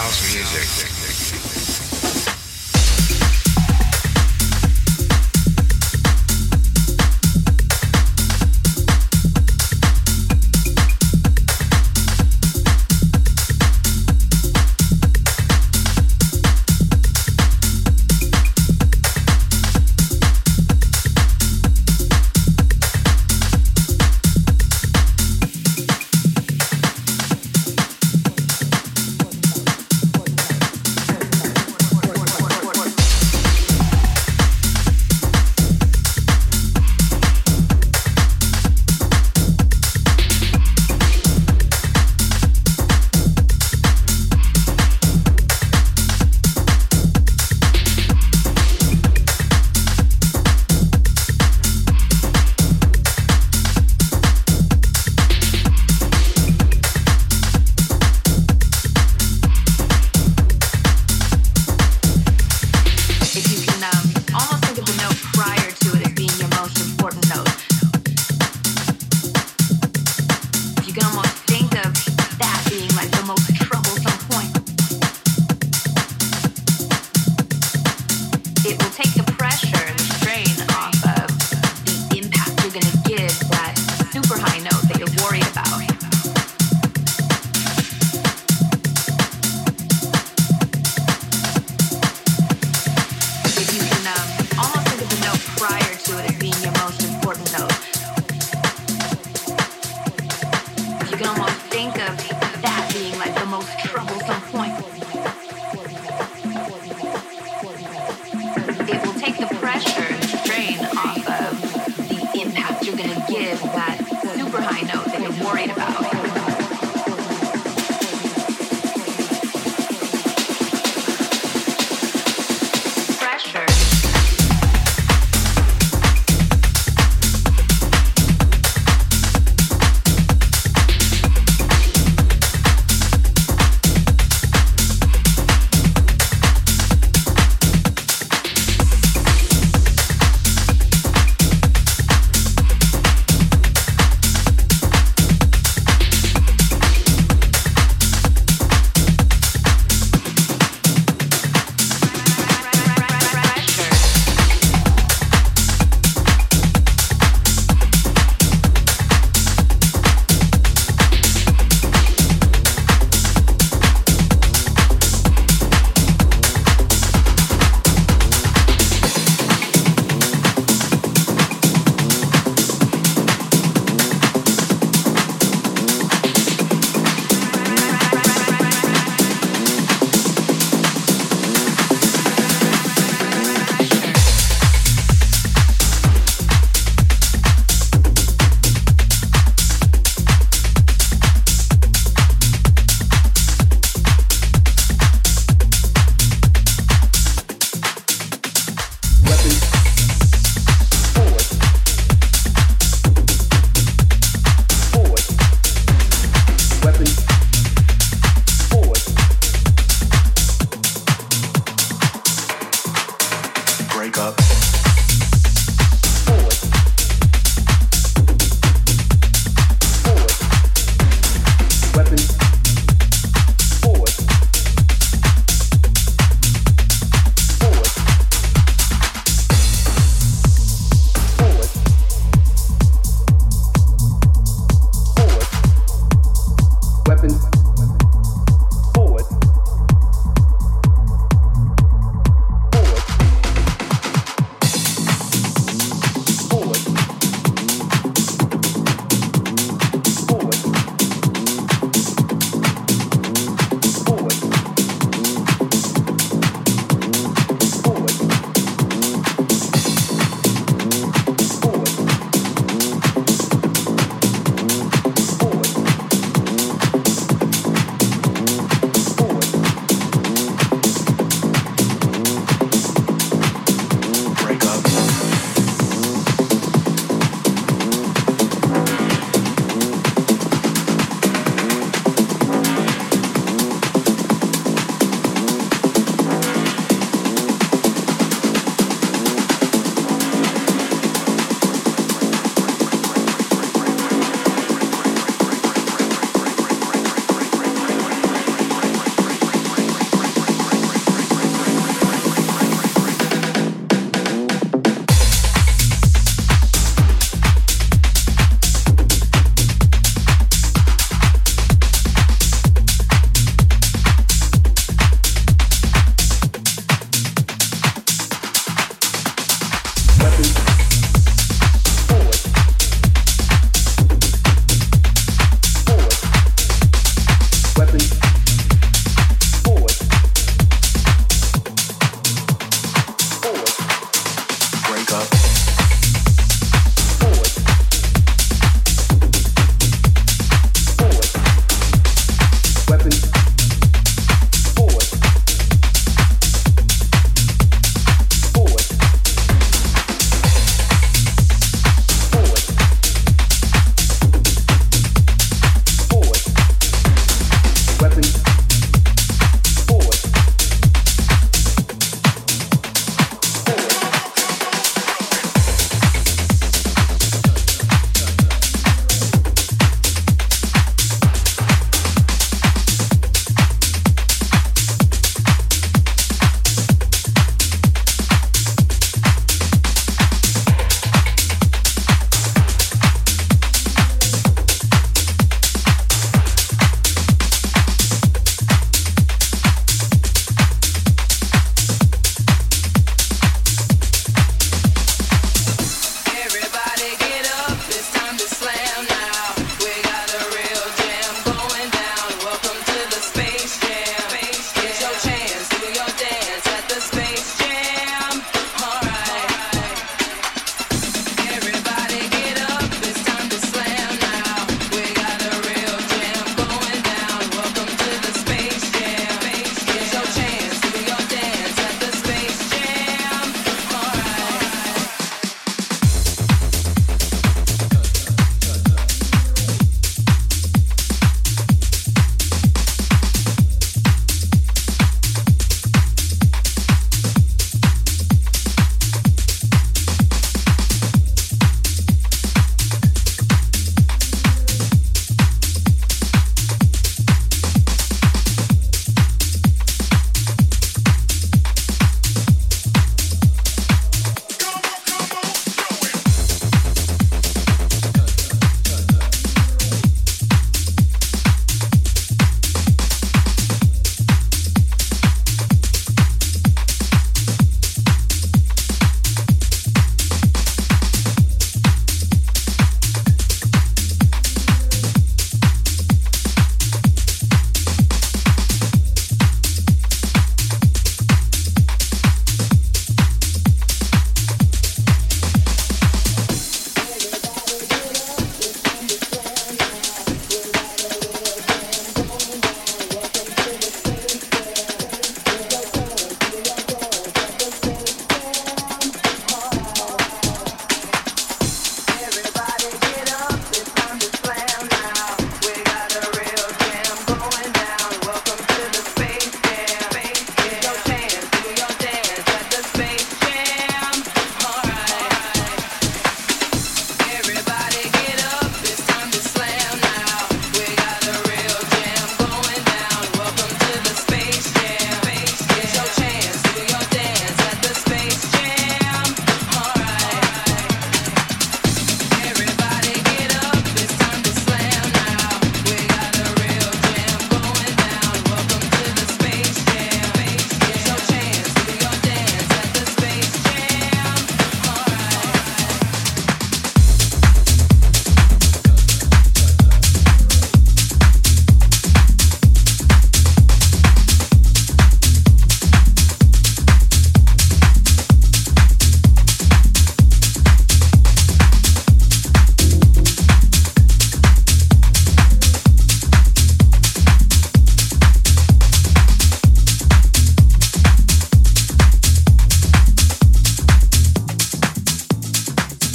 house music.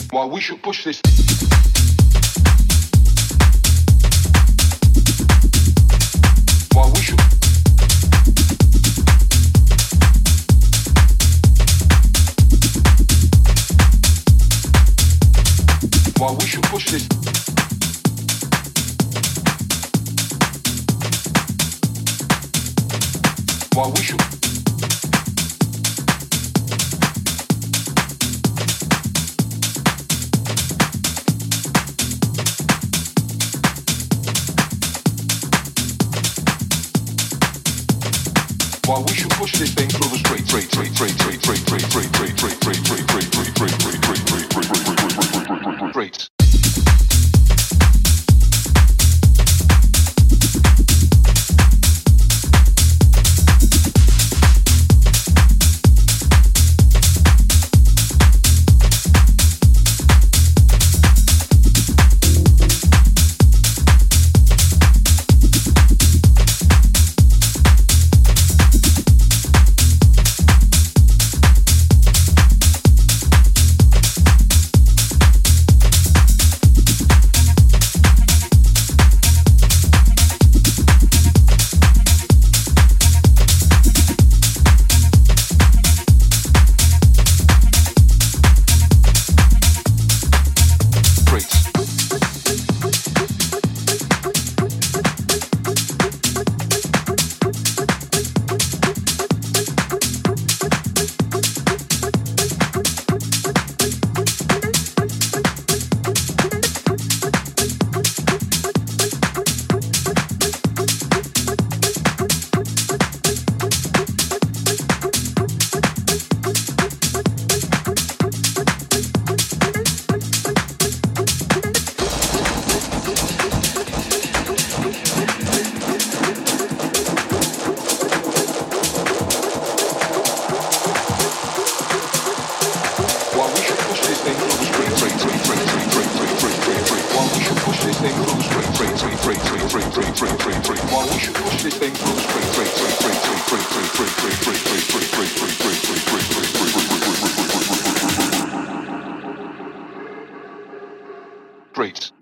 Why we should push this. Why we should. Why we should push this. Why we should. Why we should push this thing through the straight. Great.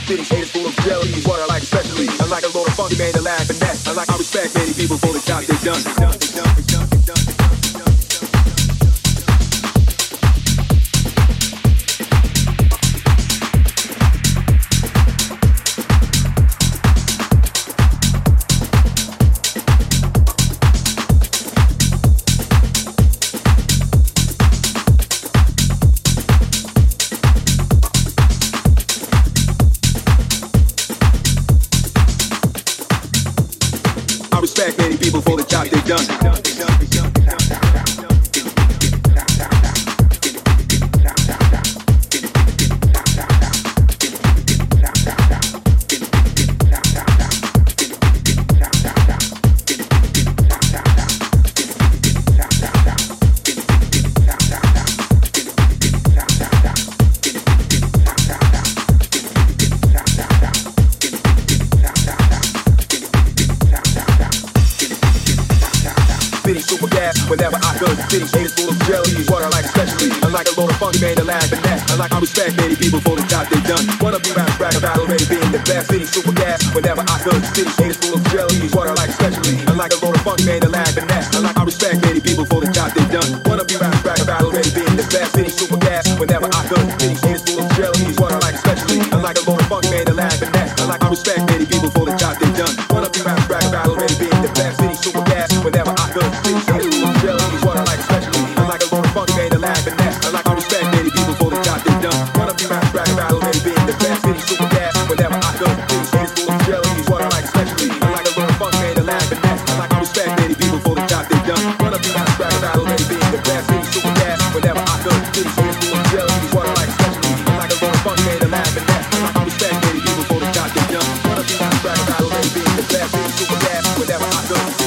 cities, haters full of jealousy. What I like especially, unlike a lot of funky man, the laugh and that. I respect many people for the job they've done. Respect many people for the job they've done. Whenever I go to cities, haters full of jealousy is what I like especially. Unlike a lot of funky man, the laugh and that. I respect many people for the job they've done. One of you raps brag about already being the best. City super gas. Whenever I go to cities, haters full of jealousy is what I like especially. Unlike a lot of funky man, the laugh and that. I respect many people for the job they've done. One of you raps brag about already being the best. City super gas. Whenever I go to cities, haters full of jealousy is what I like especially. Unlike a lot of funky man, the laugh and that. I respect many people for the job they've done. One of you raps brag about already being the best. City super gas. Whenever I go to cities, haters full of jealousy is what I like especially. Unlike a lot of funky man, the laugh and that. I respect many people for the job they've done. One of you raps brag about already being the best. City super gas. Whenever I go to cities, haters full of jealousy is what I like especially. Unlike a lot of funky man, the laugh and that. I respect many people for the job they've done. One of you raps brag about already being the best. City super gas. Whenever I go to cities, haters full of jealousy is what I like especially. Unlike a lot of funky man, the laugh and that. I respect many people for the job they've done. One of you raps brag about already being the best. City super gas. Whenever I go to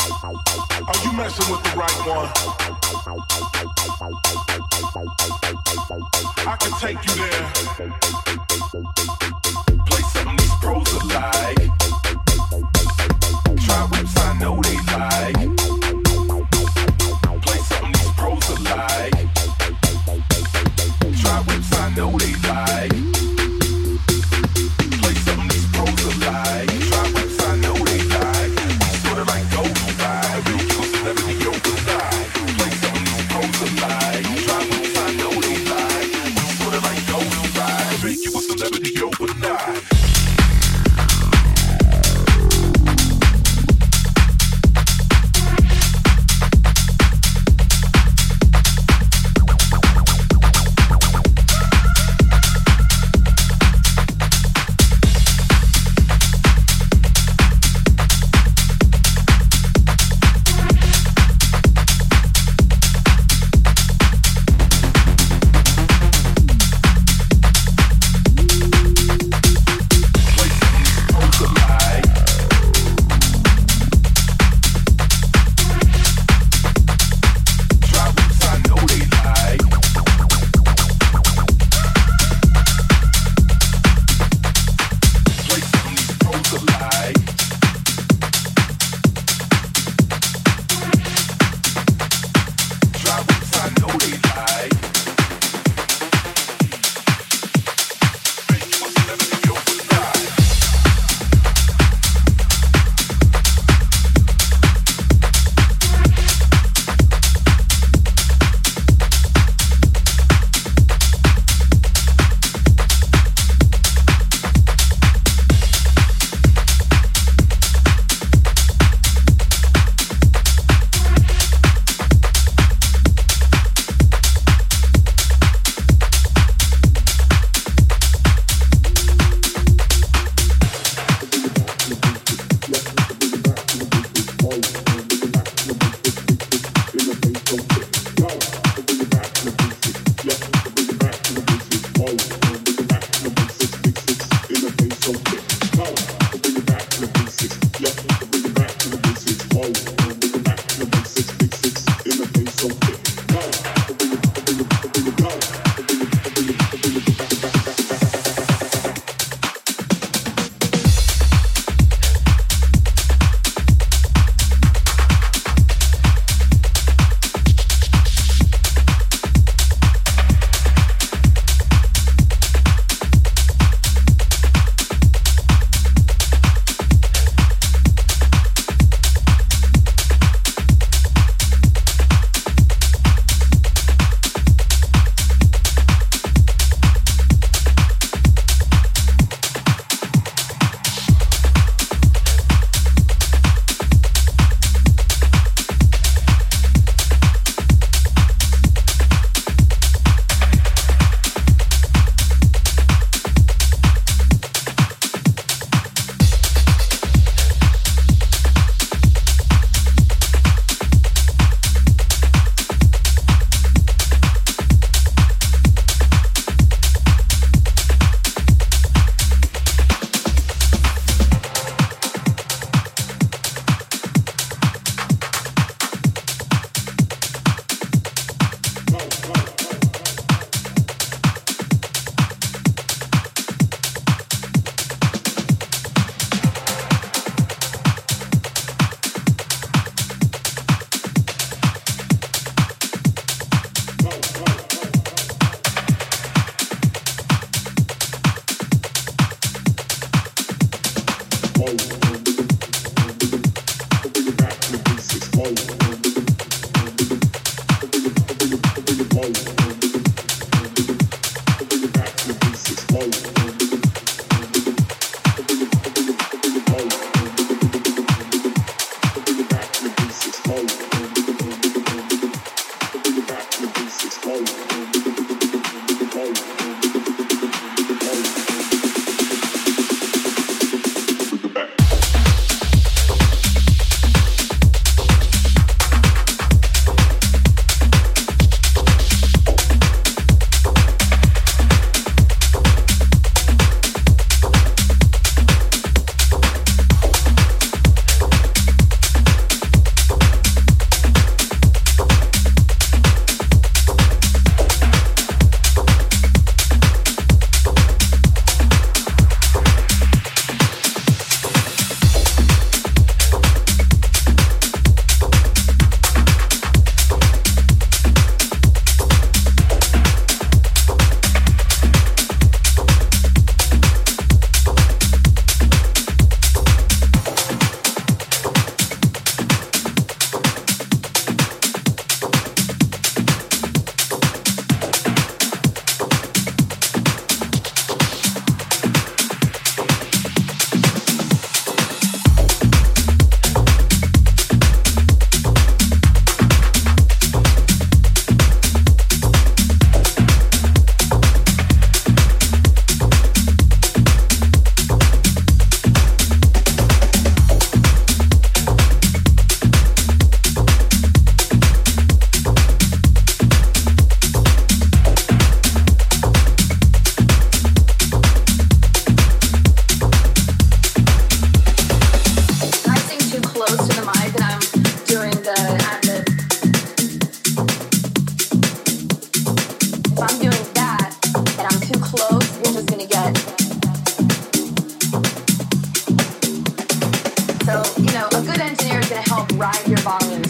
Are you messing with the right one? I can take you there. Play something these pros are like. Try whips I know they like. Play something these pros are like. Try whips I know they like. Play something these pros are like. Try whips I know they like. Sort of like gold vibe. You a celebrity overnight. Play something these pros are like. Try whips I know they like. Sort of like gold vibe. Make you a celebrity overnight.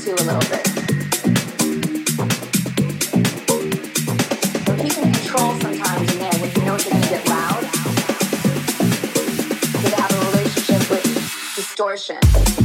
too a little bit. We're keeping control sometimes in there when you know you're going to get loud. You have a relationship with distortion.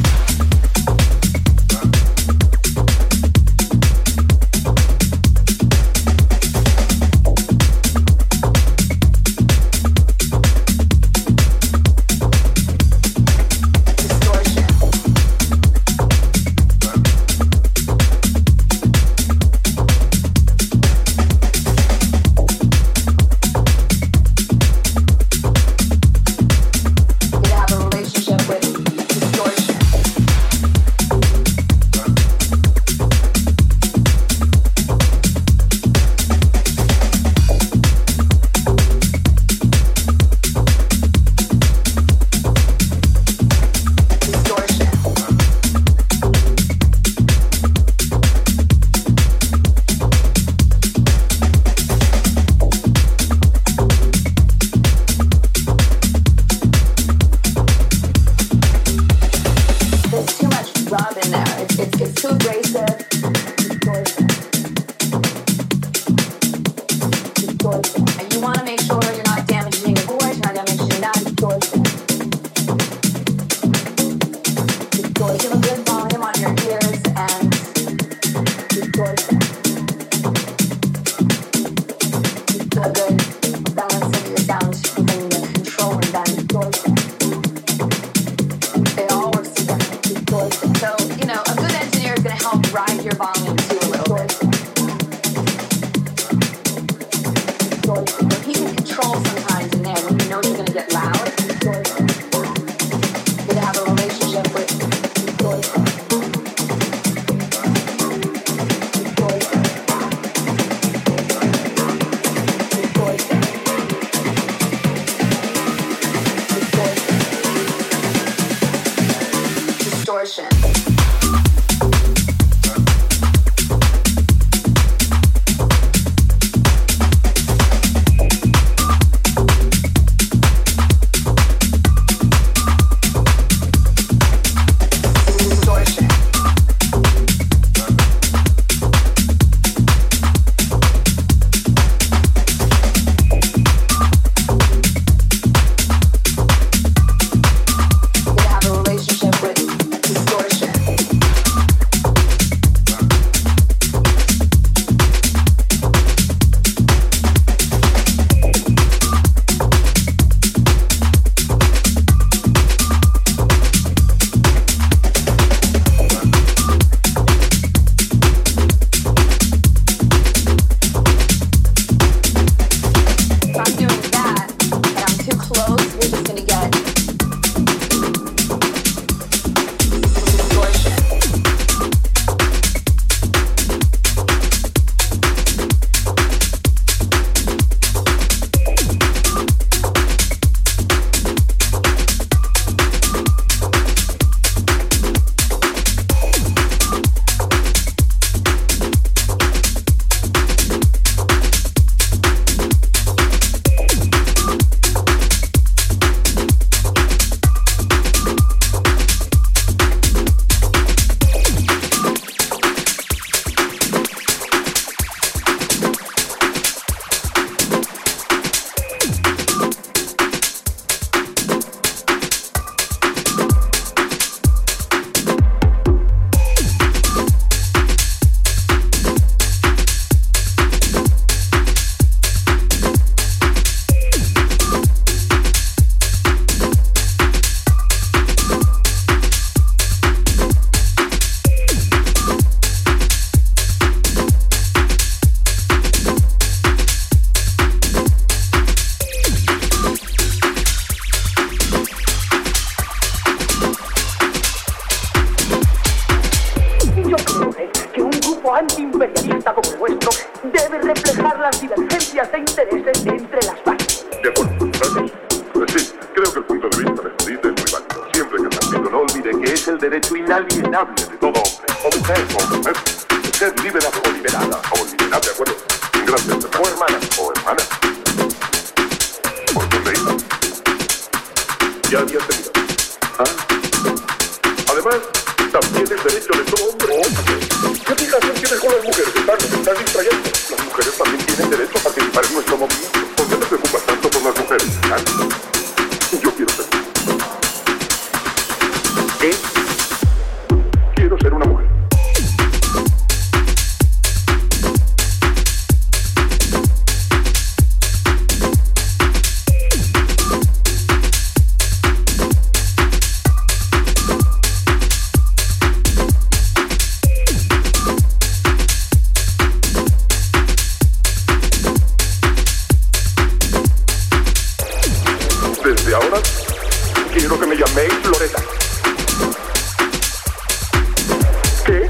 antiimperialista como el nuestro debe reflejar las divergencias de intereses entre las partes. De acuerdo, gracias. Pues sí, creo que el punto de vista de Judith es muy válido. Siempre que el partido no olvide que es el derecho inalienable de todo hombre, o mujer, de ser liberado o liberada, de acuerdo. Gracias, hermano. O hermana, o hermana. ¿Por dónde iba? Ya había terminado. Además, También el derecho de todo hombre. ¿Qué fijación tienes con las mujeres? Estás distrayendo. Las mujeres también tienen derecho a participar en nuestro movimiento. ¿Por qué te preocupas tanto por las mujeres? Yo quiero ser. ¿Qué? Quiero ser una mujer. Desde ahora, quiero que me llaméis Loreta. ¿Qué?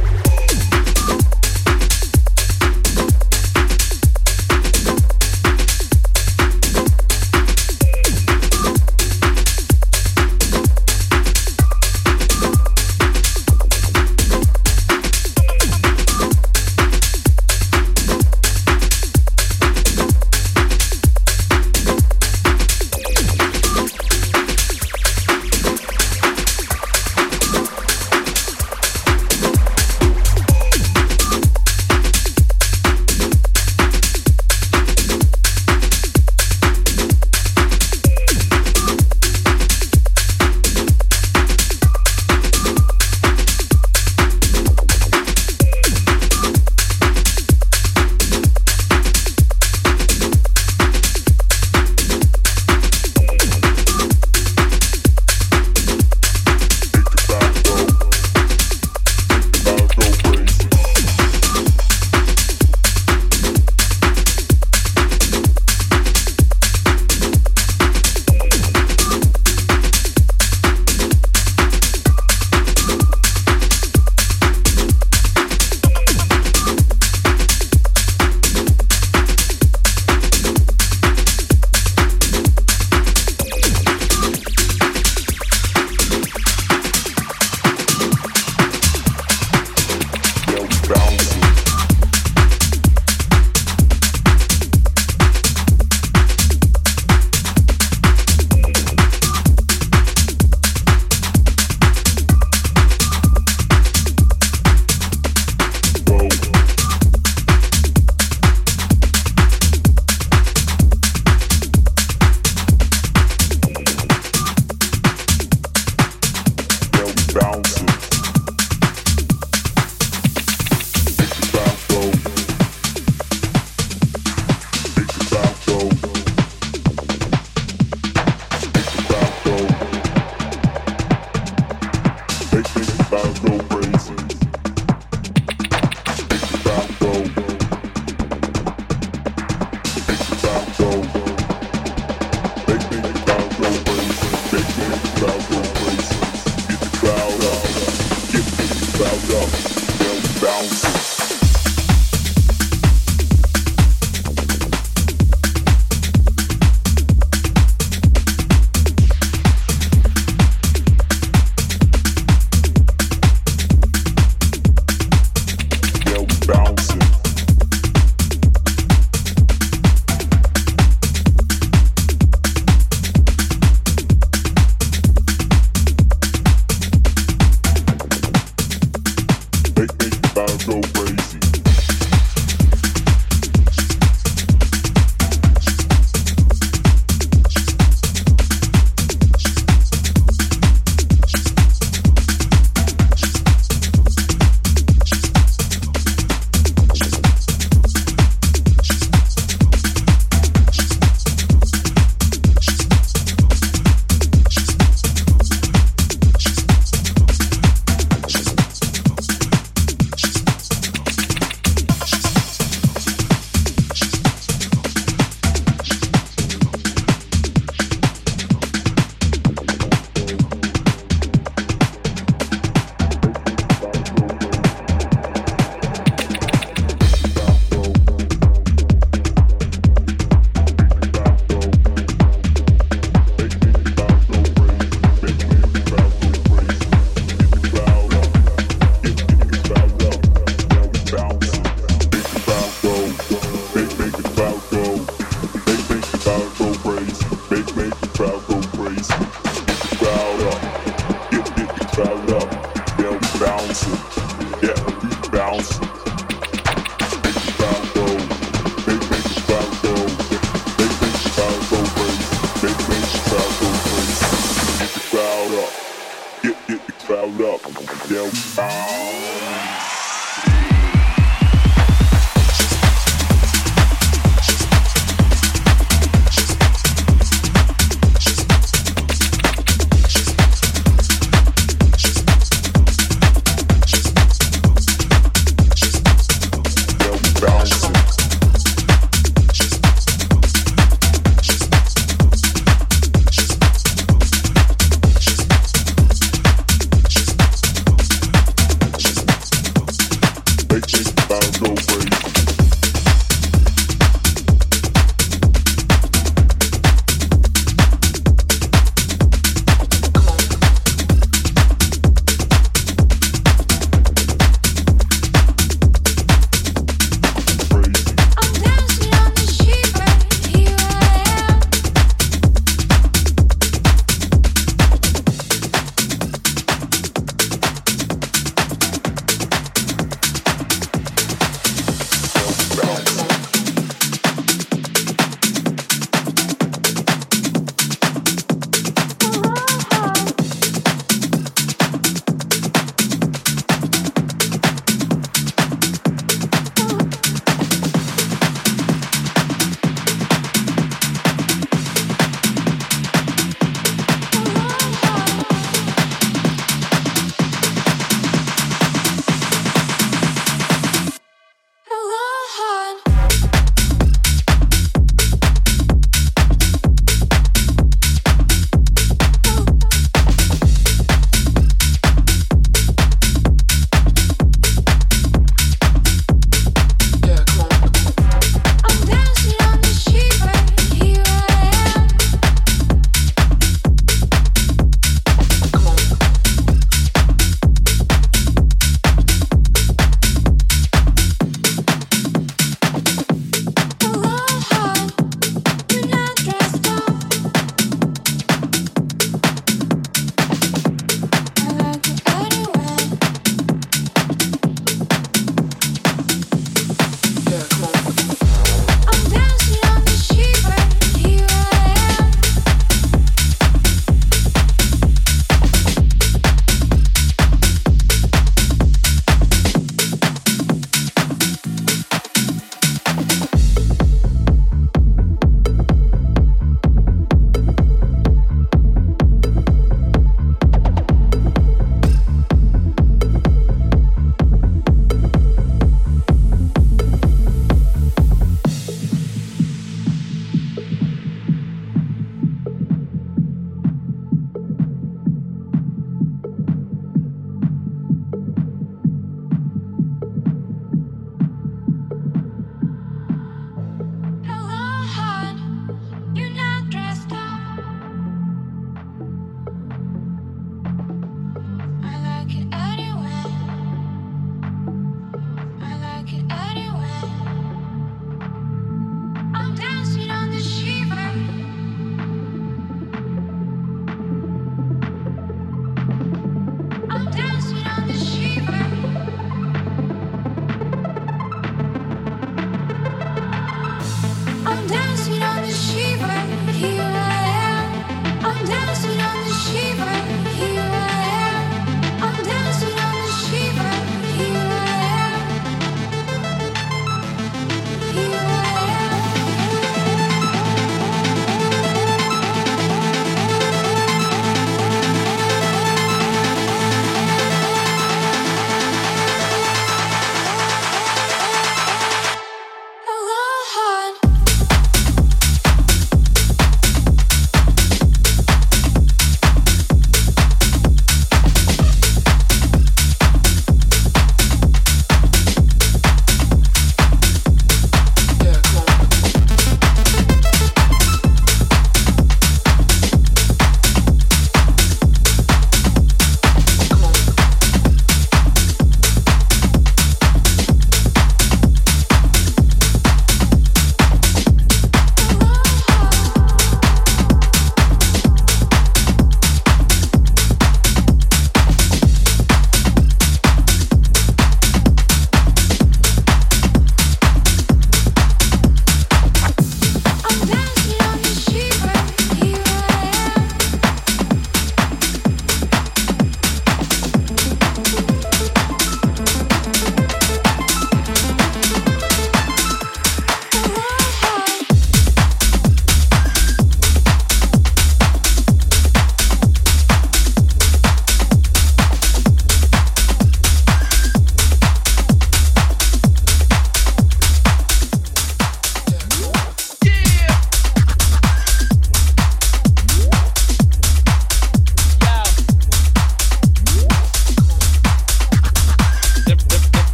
bounce. Make the crowd go. Make the crowd go. Make the crowd go crazy. Make the crowd go crazy. Get the crowd up. Get the crowd up. Yeah, bounce.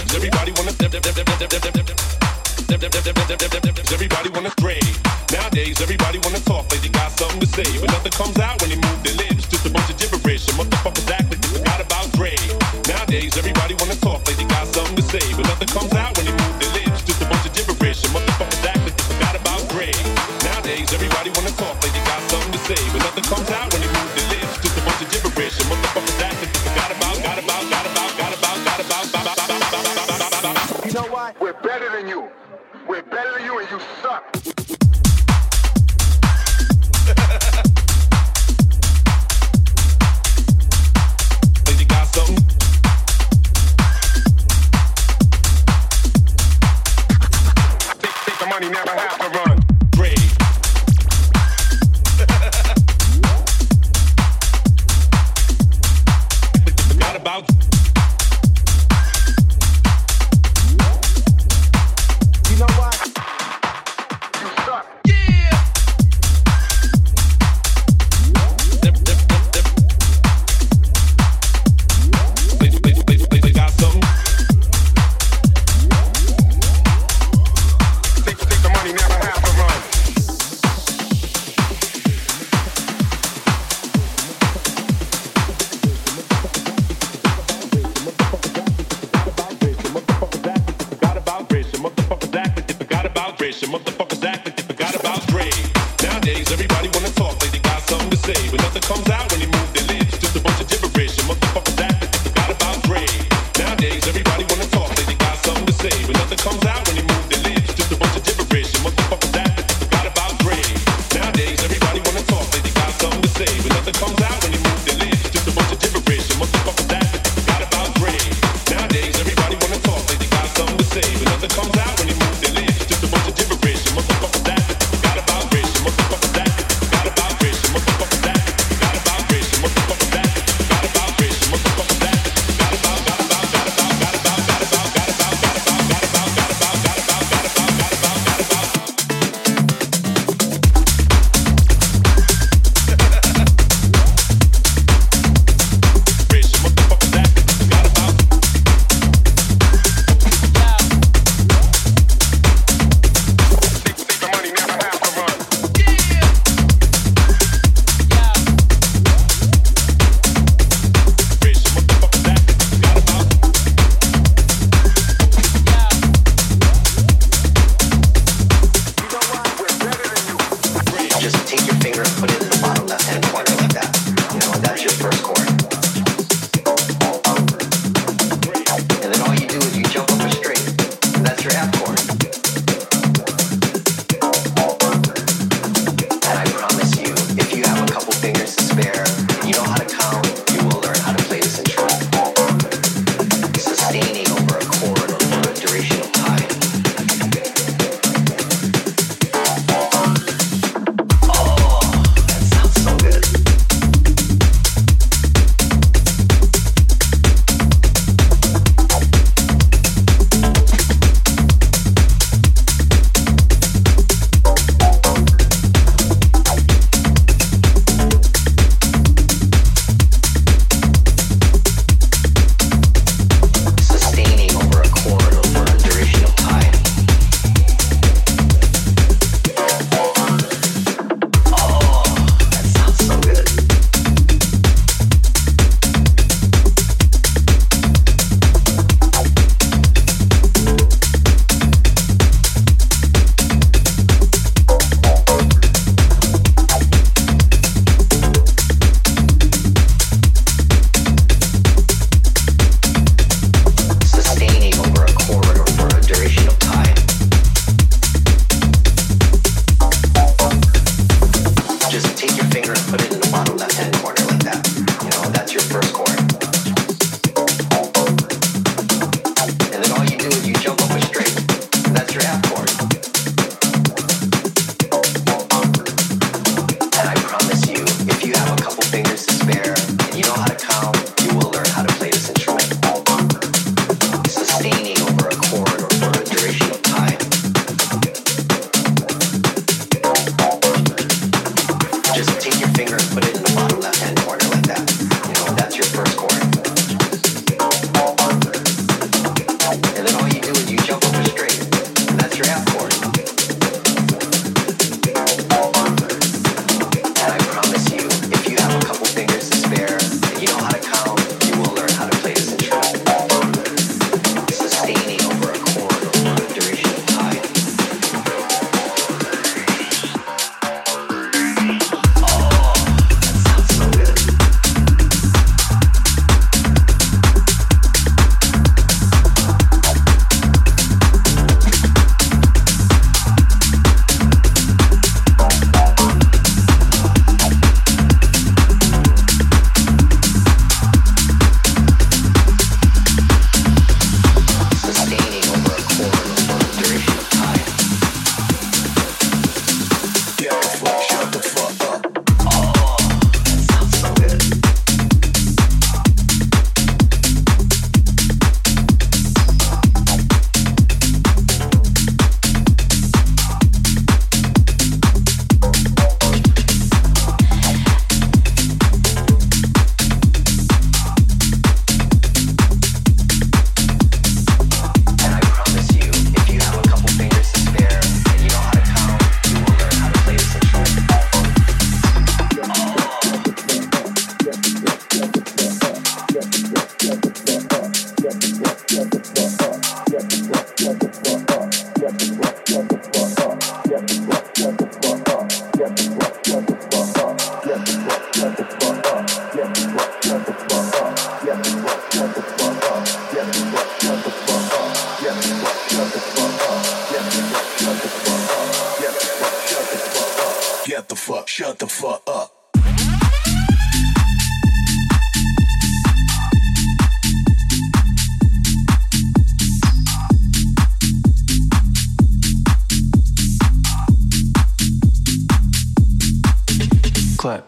everybody wanna everybody wanna stray. Nowadays, everybody wanna talk like they got something to say, but nothing comes out when they move their lips. Just a bunch of gibberish. And motherfuckers act like they forgot about Dre. Nowadays, everybody wanna talk like they got something to say, but nothing comes out when they move their lips. Just a bunch of gibberish. And motherfuckers act like they forgot about Dre. Nowadays, everybody wanna talk like they got something to say, but nothing comes out when they move their lips. Just a bunch of gibberish. And motherfuckers act like they forgot about. You know what? We're better than you. We're better than you and you suck. Like they got something. Take the money, never have to run. Dre. Like they forgot about. You know what? You suck. They got something. Take the money, never have to run. Motherfuckers act like they forgot about Dre. Nowadays, everybody wanna talk like they got something to say, but nothing comes out when they move their lips. Just a bunch of gibberish. And motherfuckers act like they forgot about Dre. Nowadays, everybody wanna talk like they got something to say, but nothing comes out when they move their lips. Just a bunch of gibberish. And motherfuckers act like they forgot about Dre. Nowadays, everybody wanna talk like they got something to say, but nothing comes out when they move their lips. Just a bunch of gibberish. And motherfuckers act like they forgot about Dre. Nowadays, everybody wanna talk like they got something to say, but nothing comes out when they move their lips. Just a bunch of gibberish. And motherfuckers act Get the fuck, shut the fuck up. Clap.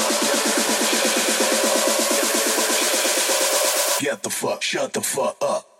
Get the fuck, shut the fuck up.